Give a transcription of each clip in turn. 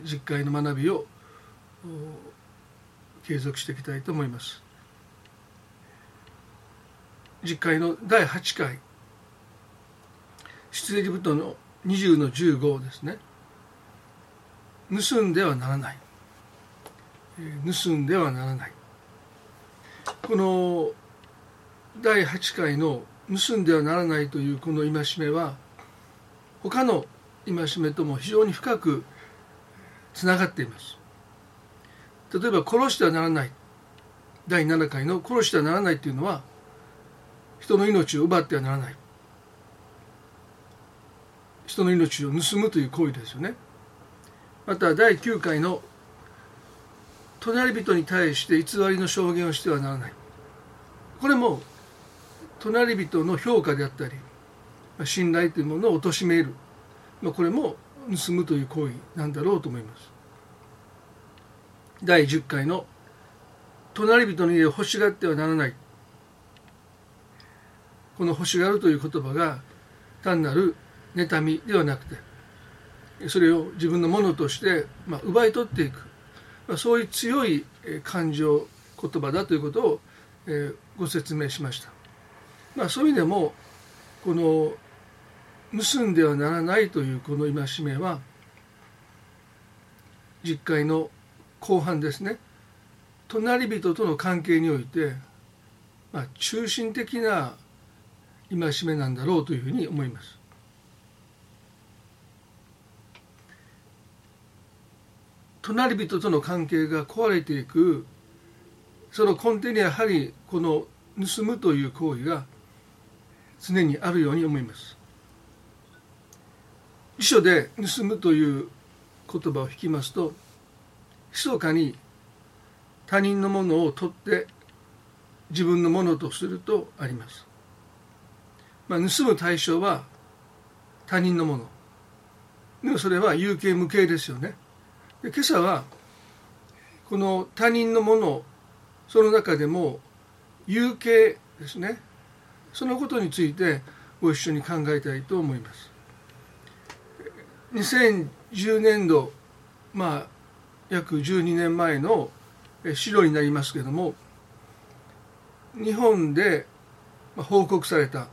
実会の学びを継続していきたいと思います。実会の第8回出エジプトの20の15ですね。盗んではならない、盗んではならない。この第8回の盗んではならないというこの戒めは他の戒めとも非常に深くつながっています。例えば殺してはならない、第7回の殺してはならないというのは人の命を奪ってはならない、人の命を盗むという行為ですよね。また第9回の隣人に対して偽りの証言をしてはならない、これも隣人の評価であったり信頼というものを貶める、これも盗むという行為なんだろうと思います。第10回の隣人の家を欲しがってはならない、この欲しがるという言葉が単なる妬みではなくて、それを自分のものとして奪い取っていく、そういう強い感情言葉だということをご説明しました。そういう意味でもこの盗んではならないというこの戒めは10回の後半ですね、隣人との関係において、中心的な戒めなんだろうというふうに思います。隣人との関係が壊れていくその根底にやはりこの盗むという行為が常にあるように思います。辞書で盗むという言葉を引きますと、密かに他人のものを取って自分のものとするとあります。盗む対象は他人のものでもそれは有形無形ですよね。で今朝はこの他人のもの、その中でも有形ですね、そのことについてご一緒に考えたいと思います。2010年度、約12年前の資料になりますけれども、日本で報告された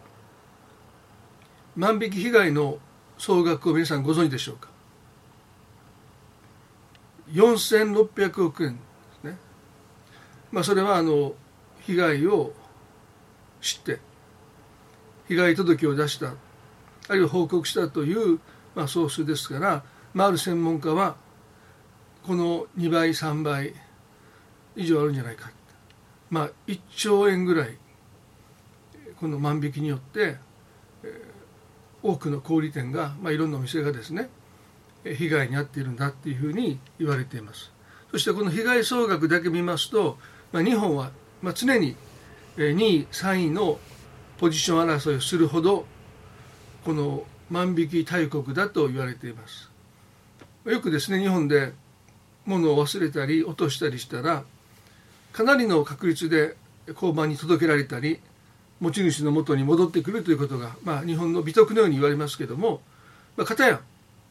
万引き被害の総額を皆さんご存知でしょうか。4600億円ですね。それは被害を知って被害届を出した、あるいは報告したという総数ですから、ある専門家はこの2倍3倍以上あるんじゃないか、1兆円ぐらいこの万引きによって多くの小売店が、いろんなお店がですね被害に遭っているんだっていうふうに言われています。そしてこの被害総額だけ見ますと、日本は常に2位3位のポジション争いをするほどこの万引き大国だと言われています。よくですね、日本で物を忘れたり落としたりしたらかなりの確率で交番に届けられたり持ち主の元に戻ってくるということが、日本の美徳のように言われますけれども、片や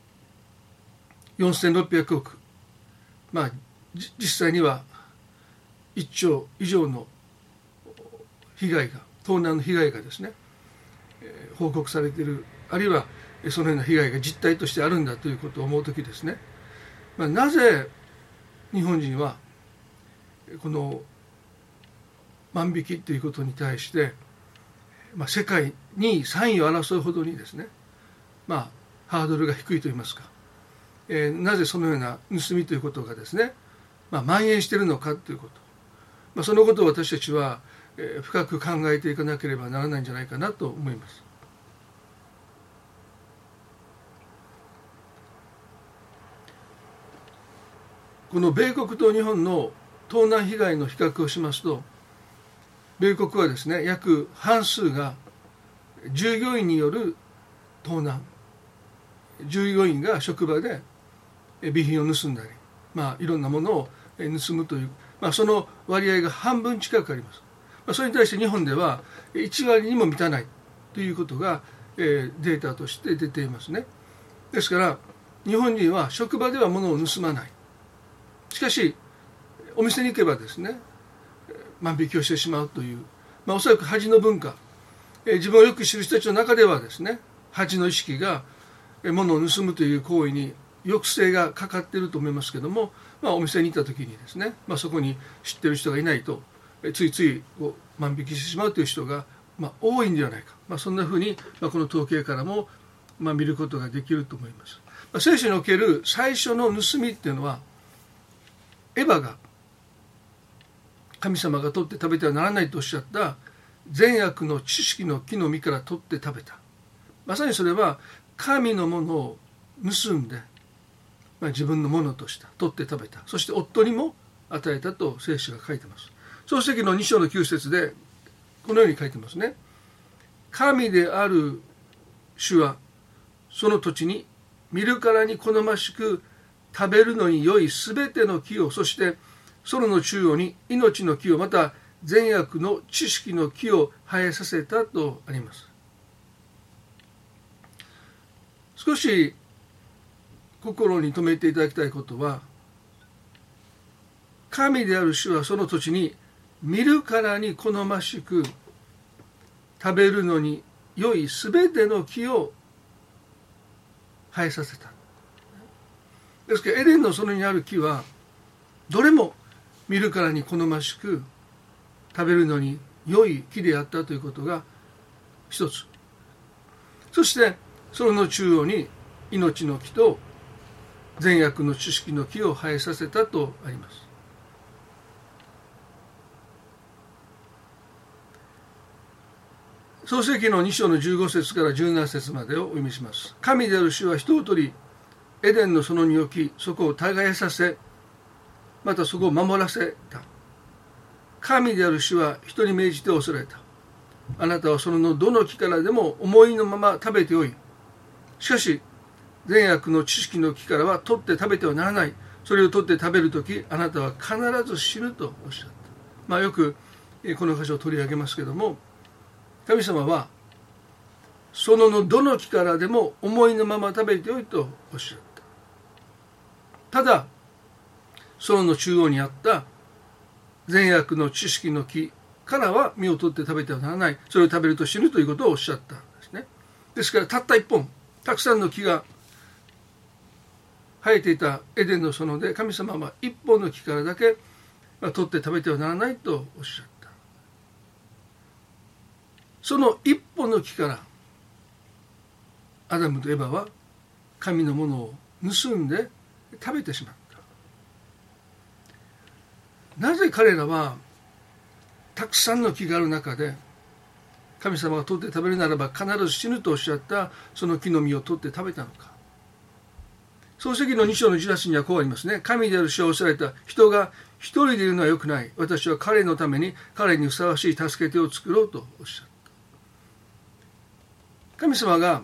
4600億、実際には1兆以上の被害が、盗難の被害がですね、報告されている、あるいはそのような被害が実態としてあるんだということを思うときですね、なぜ日本人はこの万引きということに対して、世界2位3位を争うほどにですね、ハードルが低いといいますか、なぜそのような盗みということがですね、蔓延しているのかということ、そのことを私たちは深く考えていかなければならないんじゃないかなと思います。この米国と日本の盗難被害の比較をしますと、米国はですね、約半数が従業員による盗難、従業員が職場で備品を盗んだり、いろんなものを盗むという、その割合が半分近くあります。それに対して日本では1割にも満たないということがデータとして出ていますね。ですから日本人は職場では物を盗まない。しかしお店に行けばですね、万引きをしてしまうという、おそらく恥の文化、自分をよく知る人たちの中ではですね、恥の意識が物を盗むという行為に抑制がかかっていると思いますけども、お店に行った時にですね、そこに知っている人がいないとついつい万引きしてしまうという人が多いんではないか、そんなふうにこの統計からも見ることができると思います。聖書における最初の盗みっていうのは、エヴァが神様が取って食べてはならないとおっしゃった善悪の知識の木の実から取って食べた。まさにそれは神のものを盗んで、自分のものとした取って食べた。そして夫にも与えたと聖書が書いています。創世記の2章の9節でこのように書いてますね。神である主はその土地に見るからに好ましく食べるのに良いすべての木を、そして園の中央に命の木を、また善悪の知識の木を生えさせたとあります。少し心に留めていただきたいことは、神である主はその土地に見るからに好ましく食べるのに良いすべての木を生えさせた。ですからエデンの園にある木はどれも見るからに好ましく食べるのに良い木であったということが一つ。そしてその中央に命の木と善悪の知識の木を生えさせたとあります。創世記の2章の15節から17節までをお読みします。神である主は人を取り、エデンの園に置き、そこを耕させ、またそこを守らせた。神である主は人に命じて恐れた。あなたはそのどの木からでも思いのまま食べてよい。しかし、善悪の知識の木からは取って食べてはならない。それを取って食べるとき、あなたは必ず死ぬとおっしゃった。よくこの箇所を取り上げますけれども、神様はそのどの木からでも思いのまま食べてよいとおっしゃった。ただ園の中央にあった善悪の知識の木からは実を取って食べてはならない。それを食べると死ぬということをおっしゃったんですね。ですからたった一本、たくさんの木が生えていたエデンの園で、神様は一本の木からだけ取って食べてはならないとおっしゃった。その一本の木からアダムとエバは神のものを盗んで食べてしまった。なぜ彼らはたくさんの木がある中で、神様が取って食べるならば必ず死ぬとおっしゃったその木の実を取って食べたのか。創世記の2章の18節にはこうありますね。神である主はおっしゃられた。人が一人でいるのは良くない。私は彼のために彼にふさわしい助け手を作ろうとおっしゃった。神様が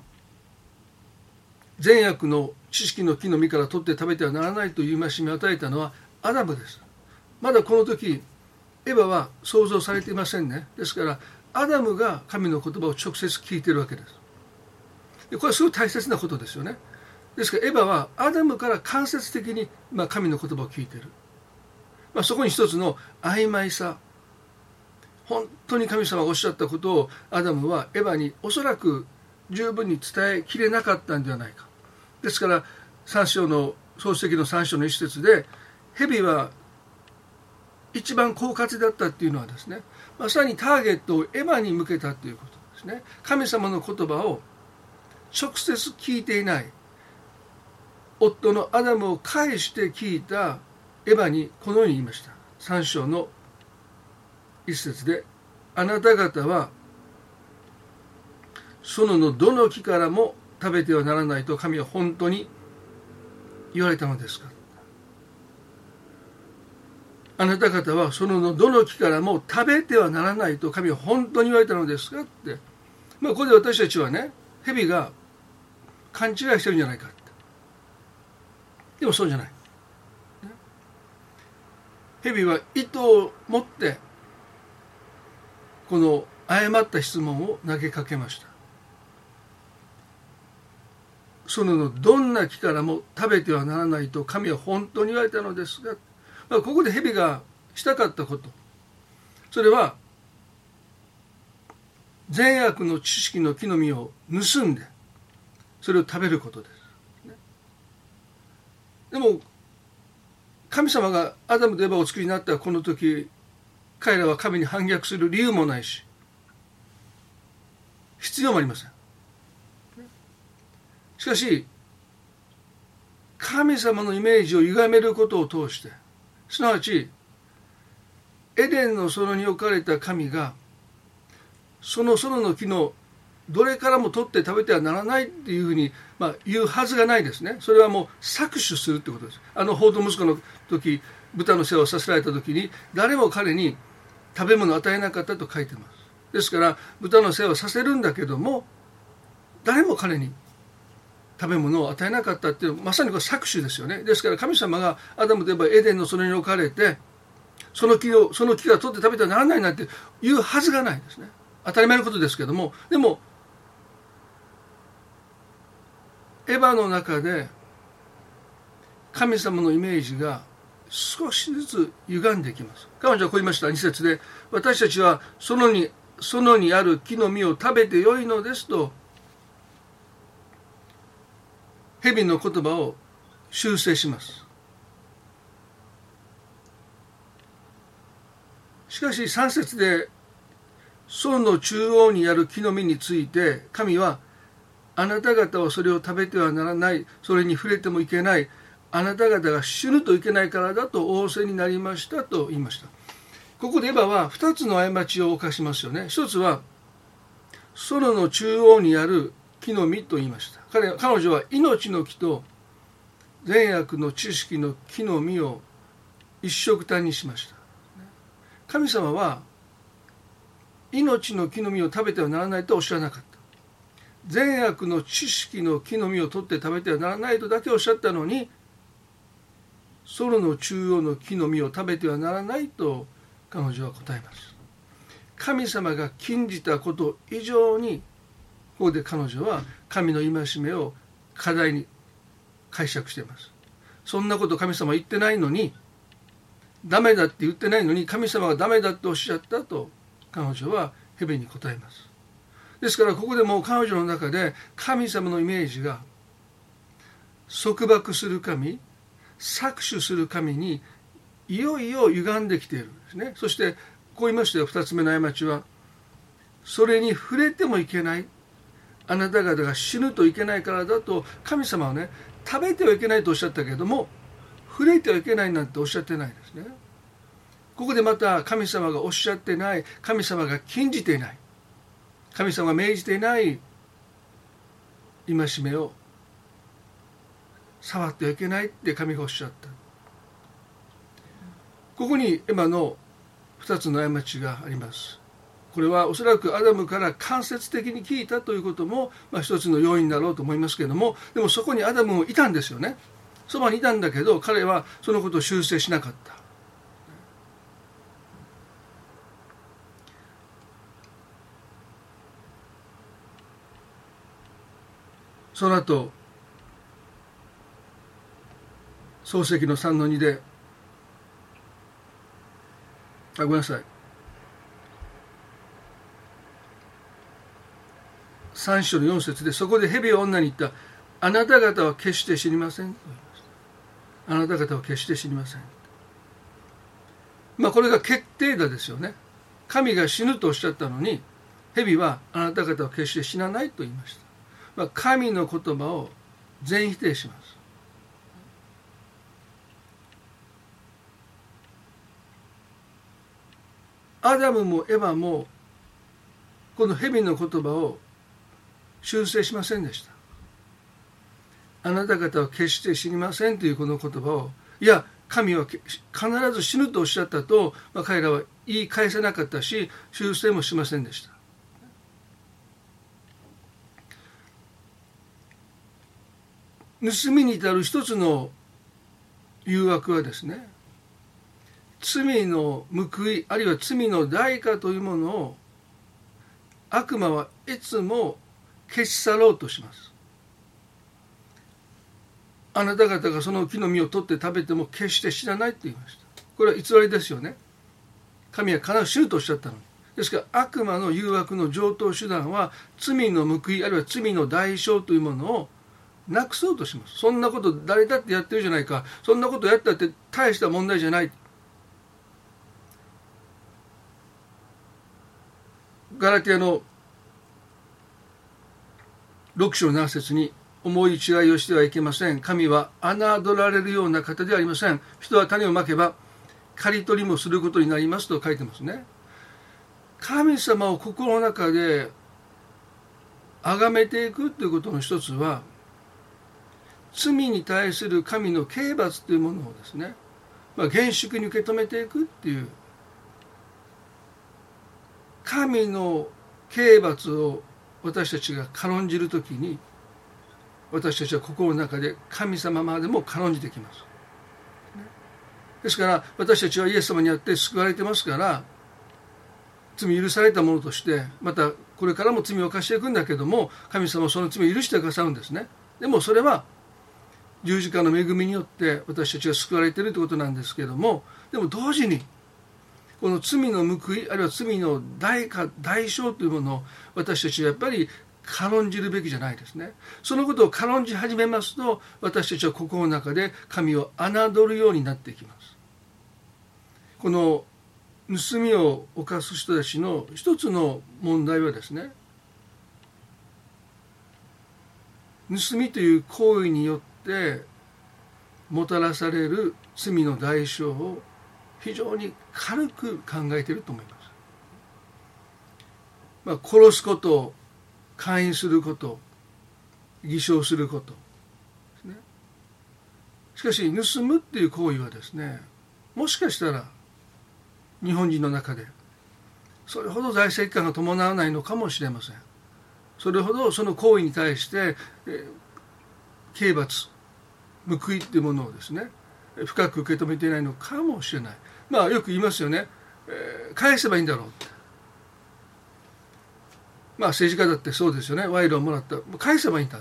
善悪の知識の木の実から取って食べてはならないという戒めを与えたのはアダムです。まだこの時エバは想像されていませんね。ですからアダムが神の言葉を直接聞いているわけです。でこれはすごい大切なことですよね。ですからエバはアダムから間接的に神の言葉を聞いている。そこに一つの曖昧さ、本当に神様がおっしゃったことをアダムはエバにおそらく十分に伝えきれなかったんではないか。ですから創世記の3章の一節で、蛇は一番狡猾だったっていうのはですね、まさにターゲットをエバに向けたということですね。神様の言葉を直接聞いていない夫のアダムを介して聞いたエバにこのように言いました。3章の一節で、あなた方は園のどの木からも食べてはならないと神は本当に言われたのですか。あなた方は園のどの木からも食べてはならないと神は本当に言われたのですかって、ここで私たちはね、蛇が勘違いしてるんじゃないかって。でもそうじゃない。蛇は意図を持ってこの誤った質問を投げかけました。 園のどんな木からも食べてはならないと神は本当に言われたのですが、ここで蛇がしたかったこと、それは善悪の知識の木の実を盗んでそれを食べることです。でも神様がアダムとエバをお作りになったこの時、彼らは神に反逆する理由もないし必要もありません。しかし神様のイメージを歪めることを通して、すなわちエデンの園に置かれた神がその園の木のどれからも取って食べてはならないっていうふうに、言うはずがないですね。それはもう搾取するってことです。放蕩息子の時、豚の世話をさせられた時に誰も彼に食べ物を与えなかったと書いてます。ですから豚の世話をさせるんだけども誰も彼に食べ物を与えなかったっていうのはまさにこれ搾取ですよね。ですから神様がアダムとエバエデンの園に置かれてその木が取って食べてはならないなんて言うはずがないですね。当たり前のことですけども、でもエヴァの中で神様のイメージが少しずつ歪んでいきます。彼女はこう言いました。2節で、私たちは園にある木の実を食べてよいのですと蛇の言葉を修正します。しかし3節で園の中央にある木の実について神はあなた方はそれを食べてはならない、それに触れてもいけない、あなた方が死ぬといけないからだと仰せになりましたと言いました。ここでエヴァは2つの過ちを犯しますよね。一つは園の中央にある木の実と言いました。彼女は命の木と善悪の知識の木の実を一緒くたにしました。神様は命の木の実を食べてはならないとおっしゃらなかった。善悪の知識の木の実を取って食べてはならないとだけおっしゃったのに、園の中央の木の実を食べてはならないと彼女は答えます。神様が禁じたこと以上にここで彼女は神の戒めを過大に解釈しています。そんなこと神様は言ってないのに、ダメだって言ってないのに神様がダメだっておっしゃったと彼女は蛇に答えます。ですからここでもう彼女の中で神様のイメージが束縛する神、搾取する神にいよいよ歪んできているんですね。そしてこう言いましたよ。2つ目の過ちは、それに触れてもいけない、あなた方が死ぬといけないからだと神様はね、食べてはいけないとおっしゃったけれども触れてはいけないなんておっしゃってないですね。ここでまた神様がおっしゃってない、神様が禁じていない、神様が命じていない戒めを触ってはいけないって神がおっしゃった。ここにエマの2つの過ちがあります。これはおそらくアダムから間接的に聞いたということも、一つの要因だろうと思いますけれども、でもそこにアダムもいたんですよね。そばにいたんだけど彼はそのことを修正しなかった。その後創世記の 3-2 でごめんなさい、3章の4節で、そこで蛇は女に言った。あなた方は決して知りませんと言いました。あなた方は決して知りません。これが決定打ですよね。神が死ぬとおっしゃったのに蛇はあなた方は決して死なないと言いました。神の言葉を全否定します。アダムもエヴァもこの蛇の言葉を修正しませんでした。あなた方は決して死にませんというこの言葉を、いや神は必ず死ぬとおっしゃったと、彼らは言い返せなかったし修正もしませんでした。盗みに至る一つの誘惑はですね、罪の報いあるいは罪の代価というものを悪魔はいつも消し去ろうとします。 あなた方がその木の実を取って食べても決して死なないと言いました。これは偽りですよね。神は必ず死ぬとおっしゃったのに。ですから悪魔の誘惑の常套手段は罪の報い、あるいは罪の代償というものをなくそうとします。そんなこと誰だってやってるじゃないか、そんなことやったって大した問題じゃない。ガラティアの6章7節に、思い違いをしてはいけません。神は侮られるような方ではありません。人は種をまけば刈り取りもすることになりますと書いてますね。神様を心の中で崇めていくということの一つは、罪に対する神の刑罰というものをですね、厳粛に受け止めていくっていう、神の刑罰を私たちが軽んじるときに、私たちは心の中で神様までも軽んじてきます。ですから私たちはイエス様にあって救われてますから、罪許されたものとして、またこれからも罪を犯していくんだけども、神様はその罪を許してくださるんですね。でもそれは十字架の恵みによって私たちは救われているということなんですけども、でも同時にこの罪の報い、あるいは罪の代償というものを私たちはやっぱり軽んじるべきじゃないですね。そのことを軽んじ始めますと、私たちは心の中で神を侮るようになっていきます。この盗みを犯す人たちの一つの問題はですね、盗みという行為によってもたらされる罪の代償を非常に軽く考えていると思います。殺すこと、姦淫すること、偽証することですね。しかし盗むっていう行為はですね、もしかしたら日本人の中でそれほど財政感が伴わないのかもしれません。それほどその行為に対して刑罰、報いっていうものをですね、深く受け止めていないのかもしれない。よく言いますよね、返せばいいんだろうって。政治家だってそうですよね。賄賂をもらったら返せばいいんだって。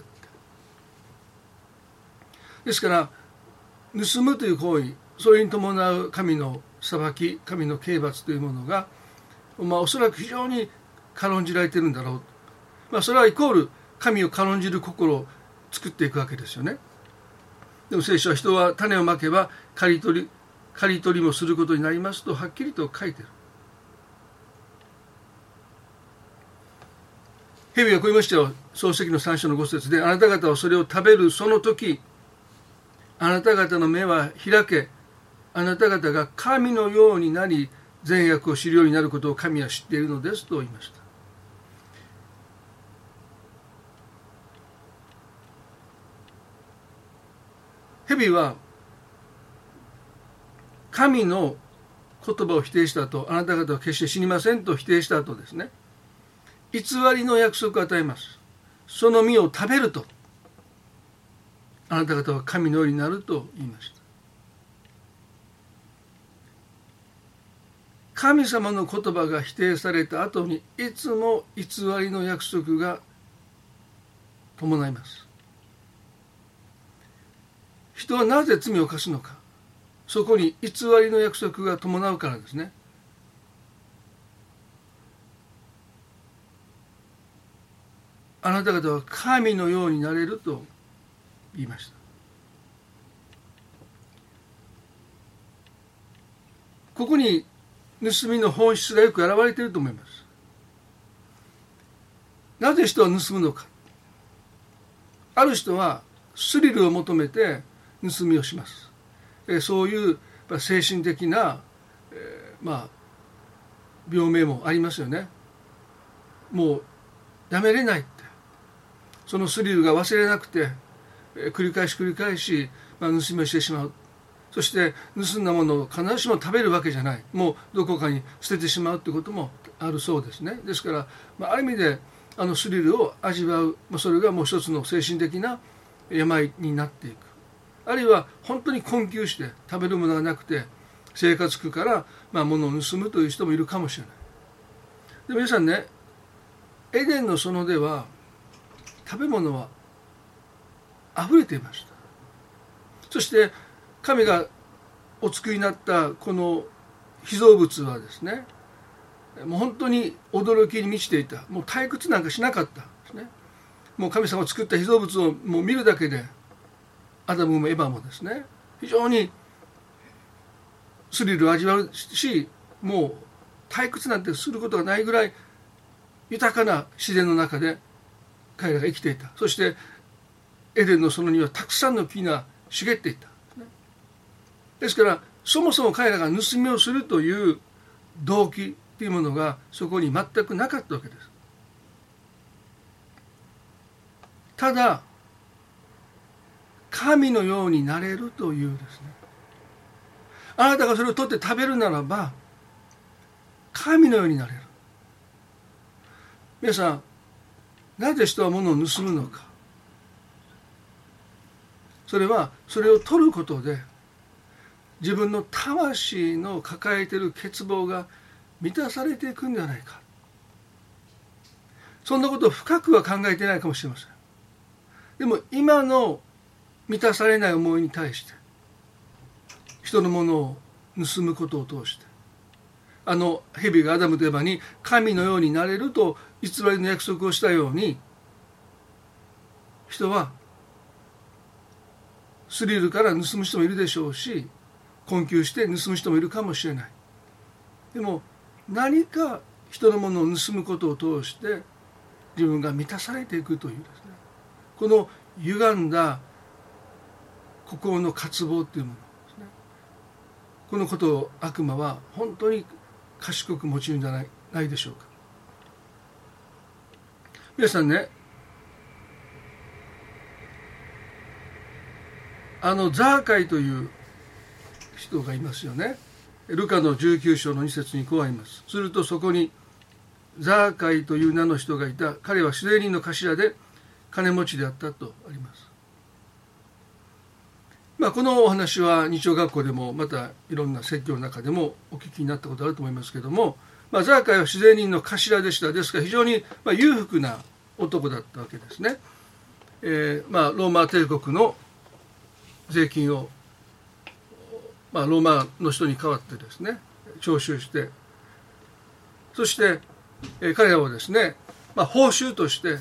ですから盗むという行為、それに伴う神の裁き、神の刑罰というものが、おそらく非常に軽んじられているんだろう。それはイコール神を軽んじる心を作っていくわけですよね。でも聖書は、人は種をまけば刈り取りもすることになりますとはっきりと書いている。蛇はこう言いましたよ。創世記の3章の5節で、あなた方はそれを食べるその時、あなた方の目は開け、あなた方が神のようになり、善悪を知るようになることを神は知っているのですと言いました。蛇は神の言葉を否定した後、あなた方は決して死にませんと否定した後ですね、偽りの約束を与えます。その実を食べると、あなた方は神のようになると言いました。神様の言葉が否定された後に、いつも偽りの約束が伴います。人はなぜ罪を犯すのか。そこに偽りの約束が伴うからですね。あなた方は神のようになれると言いました。ここに盗みの本質がよく表れていると思います。なぜ人は盗むのか。ある人はスリルを求めて盗みをします。そういう精神的な、病名もありますよね。もうやめれないって、そのスリルが忘れなくて、繰り返し、盗みをしてしまう。そして盗んだものを必ずしも食べるわけじゃない、もうどこかに捨ててしまうということもあるそうですね。ですから、ある意味でスリルを味わう、それがもう一つの精神的な病になっていく。あるいは本当に困窮して食べるものがなくて生活苦から物を盗むという人もいるかもしれない。で皆さんね、エデンの園では食べ物は溢れていました。 そして神がお作りになったこの被造物はですね、もう本当に驚きに満ちていた。もう退屈なんかしなかったですね。もう神様が作った被造物をもう見るだけで、アダムもエバもですね、非常にスリルを味わうし、もう退屈なんてすることがないぐらい豊かな自然の中で彼らが生きていた。そしてエデンの園にはたくさんの木が茂っていた。ですからそもそも彼らが盗みをするという動機というものがそこに全くなかったわけです。ただ神のようになれるというですね、あなたがそれを取って食べるならば神のようになれる。皆さん、なぜ人は物を盗むのか。それはそれを取ることで自分の魂の抱えている欠乏が満たされていくんじゃないか。そんなことを深くは考えていないかもしれません。でも今の満たされない思いに対して人のものを盗むことを通して、蛇がアダムとエバに神のようになれると偽りの約束をしたように、人はスリルから盗む人もいるでしょうし、困窮して盗む人もいるかもしれない。でも何か人のものを盗むことを通して自分が満たされていくというですね、この歪んだ心の渇望というものですね、このことを悪魔は本当に賢く用いるんじゃないでしょうか。皆さんね、ザーカイという人がいますよね。ルカの19章の2節にこうあります。するとそこにザーカイという名の人がいた。彼は主税人の頭で金持ちであったとあります。このお話は日曜学校でもまたいろんな説教の中でもお聞きになったことあると思いますけれども、ザーカイは主税人の頭でした。ですから非常に裕福な男だったわけですね。ローマ帝国の税金をローマの人に代わってですね徴収して、そして彼らはですね、報酬として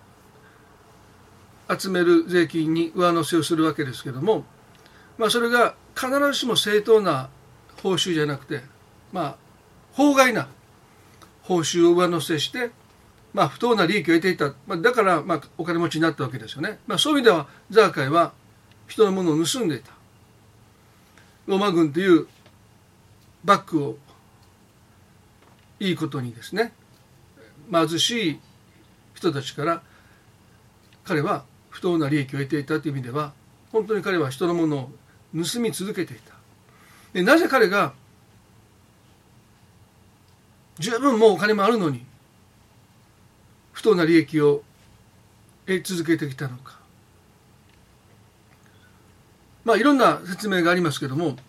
集める税金に上乗せをするわけですけども、それが必ずしも正当な報酬じゃなくて、法外な報酬を上乗せして、不当な利益を得ていた。だから、お金持ちになったわけですよね。そういう意味では、ザーカイは人のものを盗んでいた。ローマ軍というバッグをいいことにですね、貧しい人たちから彼は不当な利益を得ていたという意味では、本当に彼は人のものを盗み続けていた。でなぜ彼が十分もうお金もあるのに不当な利益を得続けてきたのか。いろんな説明がありますけども、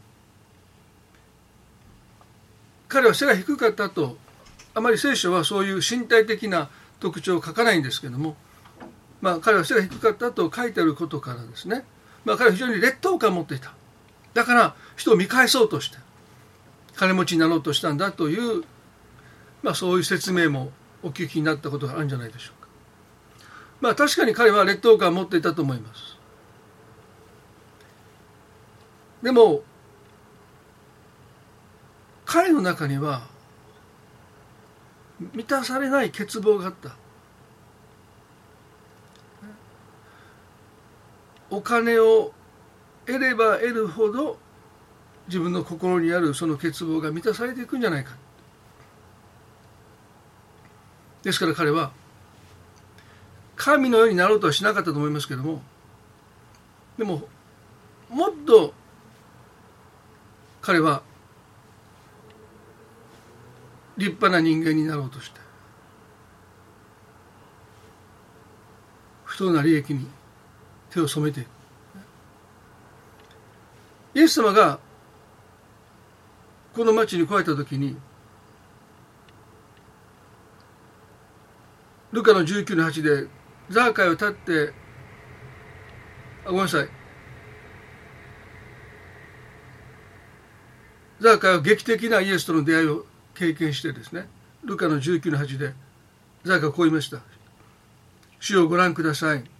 彼は背が低かったと、あまり聖書はそういう身体的な特徴を書かないんですけども、彼は背が低かったと書いてあることからですね、彼は非常に劣等感を持っていた。だから人を見返そうとして金持ちになろうとしたんだという、そういう説明もお聞きになったことがあるんじゃないでしょうか。確かに彼は劣等感を持っていたと思います。でも彼の中には満たされない欠乏があった。お金を得れば得るほど自分の心にあるその欠乏が満たされていくんじゃないか。ですから彼は神のようになろうとはしなかったと思いますけども、でももっと彼は立派な人間になろうとして不当な利益に手を染めていく。イエス様がこの町に来られた時に、ルカの19の8でザーカイを立って、ごめんなさい、 ザーカイは劇的なイエスとの出会いを経験してですね、ルカの19の8でザーカイはこう言いました。主をご覧ください。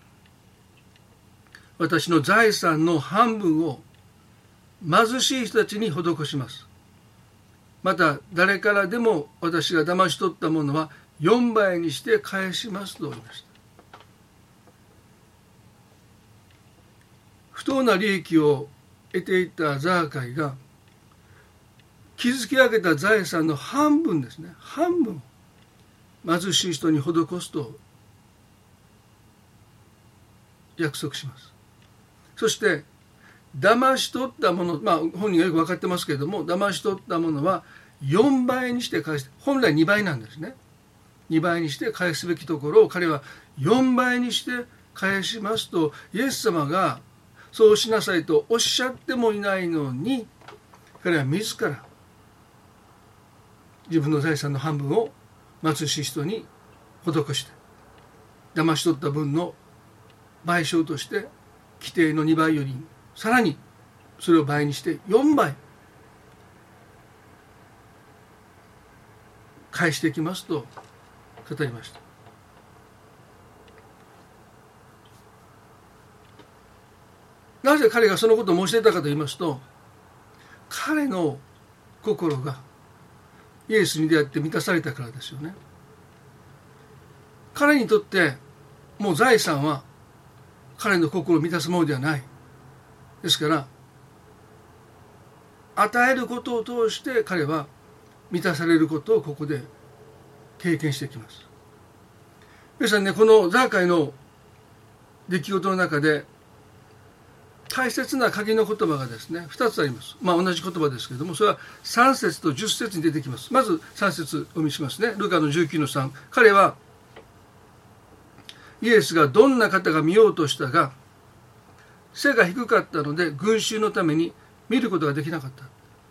私の財産の半分を貧しい人たちに施します。また誰からでも私が騙し取ったものは4倍にして返しますと言いました。不当な利益を得ていたザーカイが築き上げた財産の半分ですね、半分貧しい人に施すと約束します。そして騙し取ったもの、本人がよく分かってますけれども、騙し取ったものは4倍にして返して、本来2倍なんですね。2倍にして返すべきところを彼は4倍にして返しますと、イエス様がそうしなさいとおっしゃってもいないのに、彼は自ら自分の財産の半分を貧しい人に施して、騙し取った分の賠償として規定の2倍よりさらにそれを倍にして4倍返していきますと語りました。なぜ彼がそのことを申し出たかと言いますと、彼の心がイエスに出会って満たされたからですよね。彼にとってもう財産は彼の心を満たすものではない。ですから与えることを通して彼は満たされることをここで経験していきます。皆さんね、このザーカイの出来事の中で大切な鍵の言葉がですね2つあります。同じ言葉ですけれども、それは3節と10節に出てきます。まず3節お見せしますね。ルカの19の3。彼はイエスがどんな方が見ようとしたが、背が低かったので群衆のために見ることができなかった。こ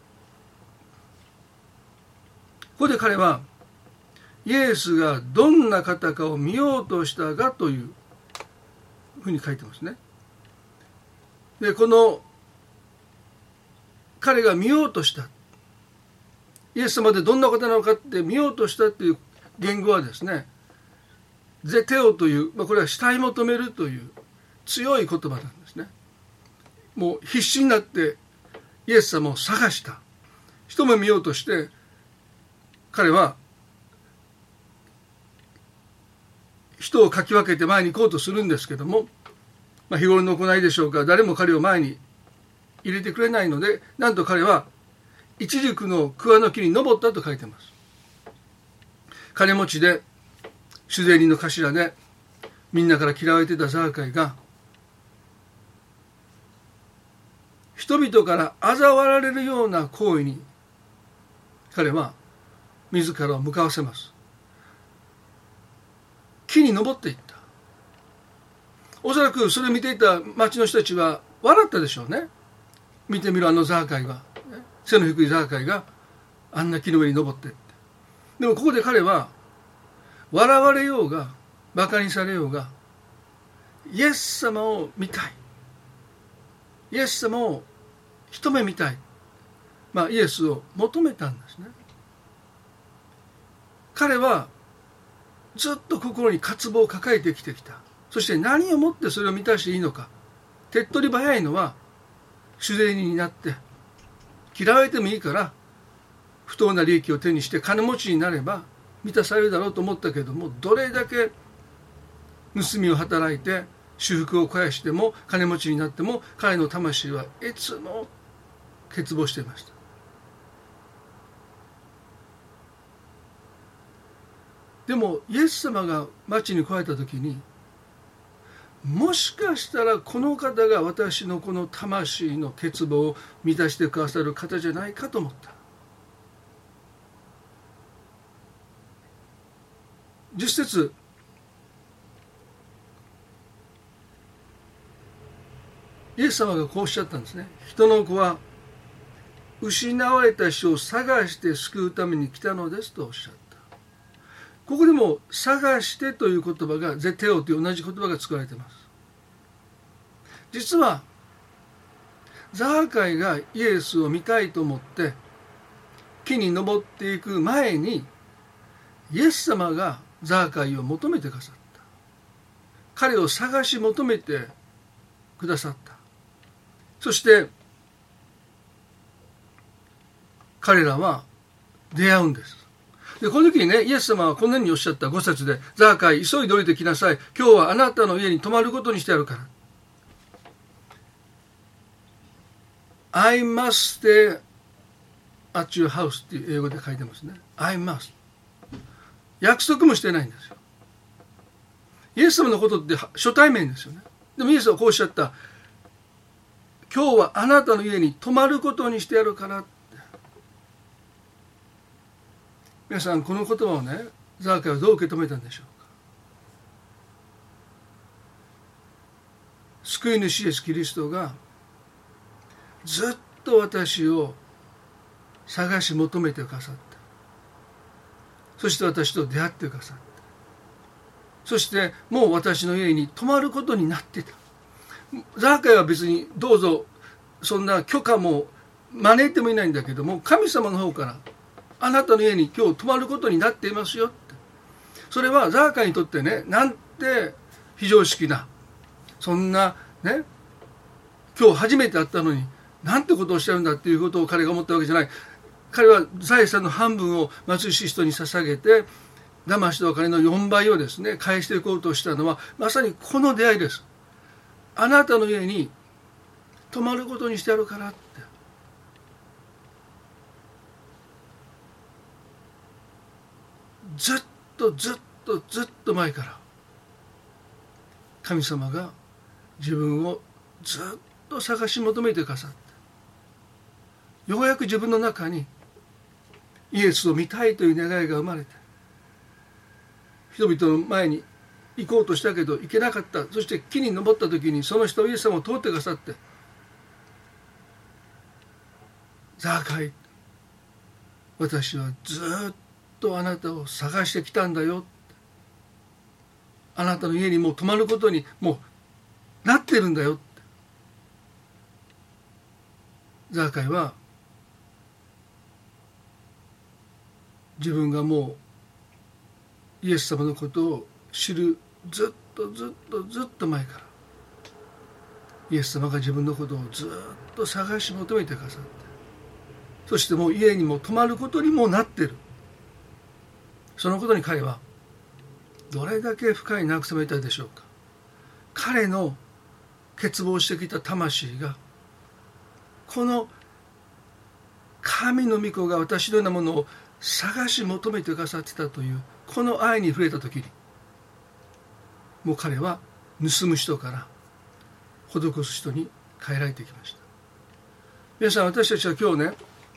こで彼はイエスがどんな方かを見ようとしたがというふうに書いてますね。で、この彼が見ようとした、イエス様でどんな方なのかって見ようとしたっていう言語はですね、ゼテオという、これは慕い求めるという強い言葉なんですね。もう必死になってイエス様を探した。一目見ようとして彼は人をかき分けて前に行こうとするんですけども、日頃の行いでしょうか、誰も彼を前に入れてくれないので、なんと彼は一軸の桑の木に登ったと書いてます。金持ちで主税人の頭でみんなから嫌われていたザーカイが人々から嘲笑われるような行為に彼は自らを向かわせます。木に登っていった。おそらくそれを見ていた町の人たちは笑ったでしょうね。見てみろ、あのザーカイが、背の低いザーカイがあんな木の上に登っていって。でもここで彼は笑われようが馬鹿にされようがイエス様を見たい、イエス様を一目見たい、イエスを求めたんですね。彼はずっと心に渇望を抱えてきてきた。そして何をもってそれを満たしていいのか、手っ取り早いのは主税人になって嫌われてもいいから不当な利益を手にして金持ちになれば満たされるだろうと思ったけれども、どれだけ盗みを働いて私腹を肥やしても金持ちになっても彼の魂はいつも欠乏していました。でもイエス様が町に来られた時に、もしかしたらこの方が私のこの魂の欠乏を満たしてくださる方じゃないかと思った。10節、イエス様がこうおっしゃったんですね。人の子は失われた人を探して救うために来たのですとおっしゃった。ここでも探してという言葉がゼテオという同じ言葉が使われています。実はザーカイがイエスを見たいと思って木に登っていく前にイエス様がザーカイを求めてくださった。彼を探し求めてくださった。そして彼らは出会うんです。でこの時にね、イエス様はこのようにおっしゃった。5節で、ザーカイ、急いで降りてきなさい。今日はあなたの家に泊まることにしてやるから。I must stay at your house っていう英語で書いてますね。I must。約束もしてないんですよ。イエス様のことって初対面ですよね。でもイエスはこうおっしゃった。今日はあなたの家に泊まることにしてやるからって。皆さん、この言葉をね、ザーカイはどう受け止めたんでしょうか。救い主イエスキリストがずっと私を探し求めてくださった。そして私と出会ってくださった。そしてもう私の家に泊まることになってた。ザーカイは別にどうぞそんな許可も招いてもいないんだけども、神様の方からあなたの家に今日泊まることになっていますよって。それはザーカイにとってね、なんて非常識な、そんなね、今日初めて会ったのになんてことをおっしゃるんだっていうことを彼が思ったわけじゃない。彼は財産の半分を貧しい人に捧げて、騙したお金の4倍をですね返していこうとしたのはまさにこの出会いです。あなたの家に泊まることにしてやるからって。ずっと前から神様が自分をずっと探し求めてくださった。ようやく自分の中にイエスを見たいという願いが生まれて、人々の前に行こうとしたけど行けなかった。そして木に登った時にその人イエス様を通ってくださって、ザーカイ、私はずっとあなたを探してきたんだよ。あなたの家にもう泊まることにもうなってるんだよ。ザーカイは自分がもうイエス様のことを知るずっと前からイエス様が自分のことをずっと探し求めてくださって、そしてもう家にも泊まることにもなっている。そのことに彼はどれだけ深い慰めたいでしょうか。彼の欠乏してきた魂がこの神の御子が私のようなものを探し求めてくださってたというこの愛に触れた時に、もう彼は盗む人から施す人に変えられてきました。皆さん、私たちは今日ね、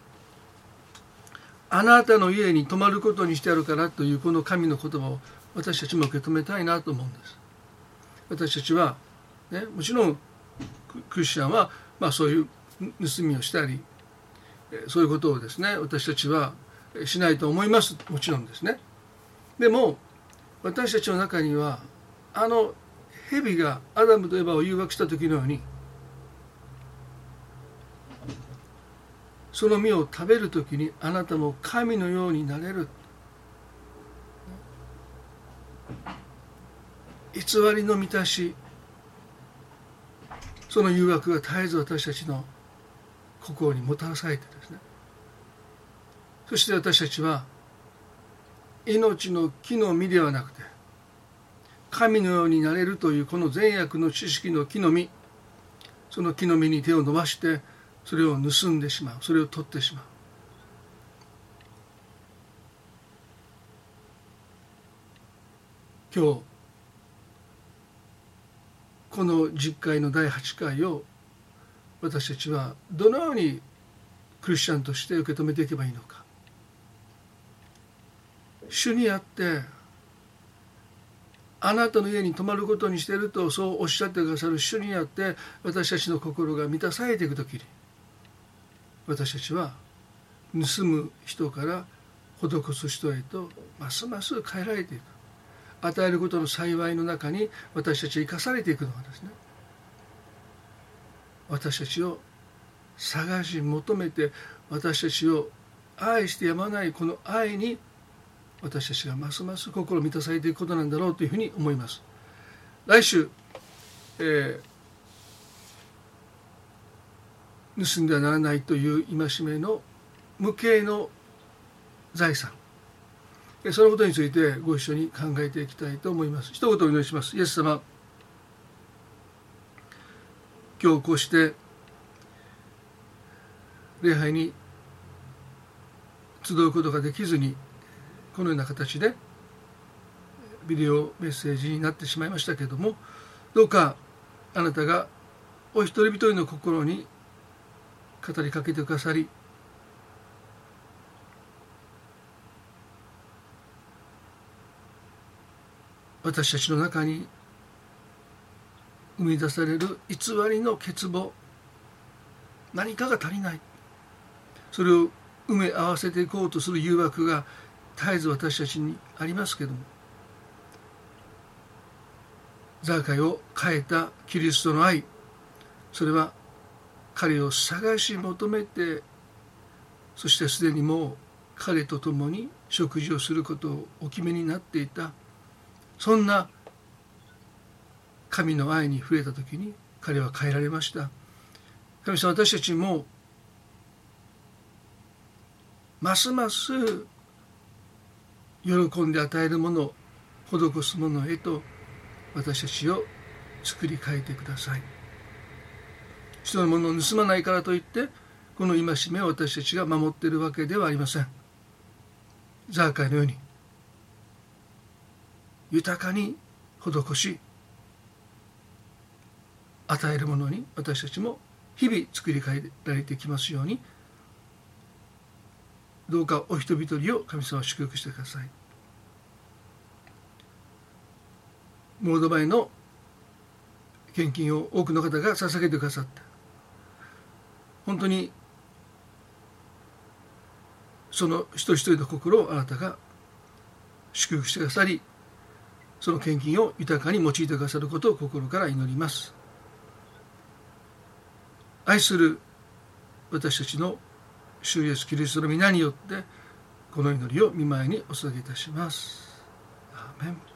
あなたの家に泊まることにしてやるからというこの神の言葉を私たちも受け止めたいなと思うんです。私たちは、ね、もちろんクリスチャンは、そういう盗みをしたりそういうことをですね私たちはしないと思います。もちろんですね。でも私たちの中にはあの蛇がアダムとエバを誘惑した時のように、その実を食べる時にあなたも神のようになれる、偽りの満たし、その誘惑が絶えず私たちの心にもたらされてですね、そして私たちは命の木の実ではなくて神のようになれるというこの善悪の知識の木の実、その木の実に手を伸ばしてそれを盗んでしまう、それを取ってしまう。今日この10回の第8回を私たちはどのようにクリスチャンとして受け止めていけばいいのか。主にあってあなたの家に泊まることにしているとそうおっしゃってくださる主にあって私たちの心が満たされていくときに、私たちは盗む人から施す人へとますます変えられていく。与えることの幸いの中に私たちは生かされていくのがですね、私たちを探し求めて私たちを愛してやまないこの愛に私たちがますます心満たされていくことなんだろうというふうに思います。来週、盗んではならないという戒めの無形の財産、そのことについてご一緒に考えていきたいと思います。一言お祈りします。イエス様、今日こうして礼拝に集うことができずに、このような形でビデオメッセージになってしまいましたけれども、どうかあなたがお一人一人の心に語りかけてくださり、私たちの中に生み出される偽りの欠乏、何かが足りない、それを埋め合わせていこうとする誘惑が絶えず私たちにありますけれども、ザーカイを変えたキリストの愛、それは彼を探し求めて、そしてすでにもう彼と共に食事をすることをお決めになっていた、そんな神の愛に触れた時に彼は変えられました。神様、私たちもますます喜んで与えるもの、施すものへと私たちを作り変えてください。人のものを盗まないからといってこの戒めを私たちが守っているわけではありません。ザーカイのように豊かに施し与えるものに私たちも日々作り変えられてきますように、どうかお一人一人を神様祝福してください。モード前の献金を多くの方が捧げてくださった。本当にその一人一人の心をあなたが祝福してくださり、その献金を豊かに用いてくださることを心から祈ります。愛する私たちの主イエスキリストの皆によってこの祈りを御前にお捧げいたします。アーメン。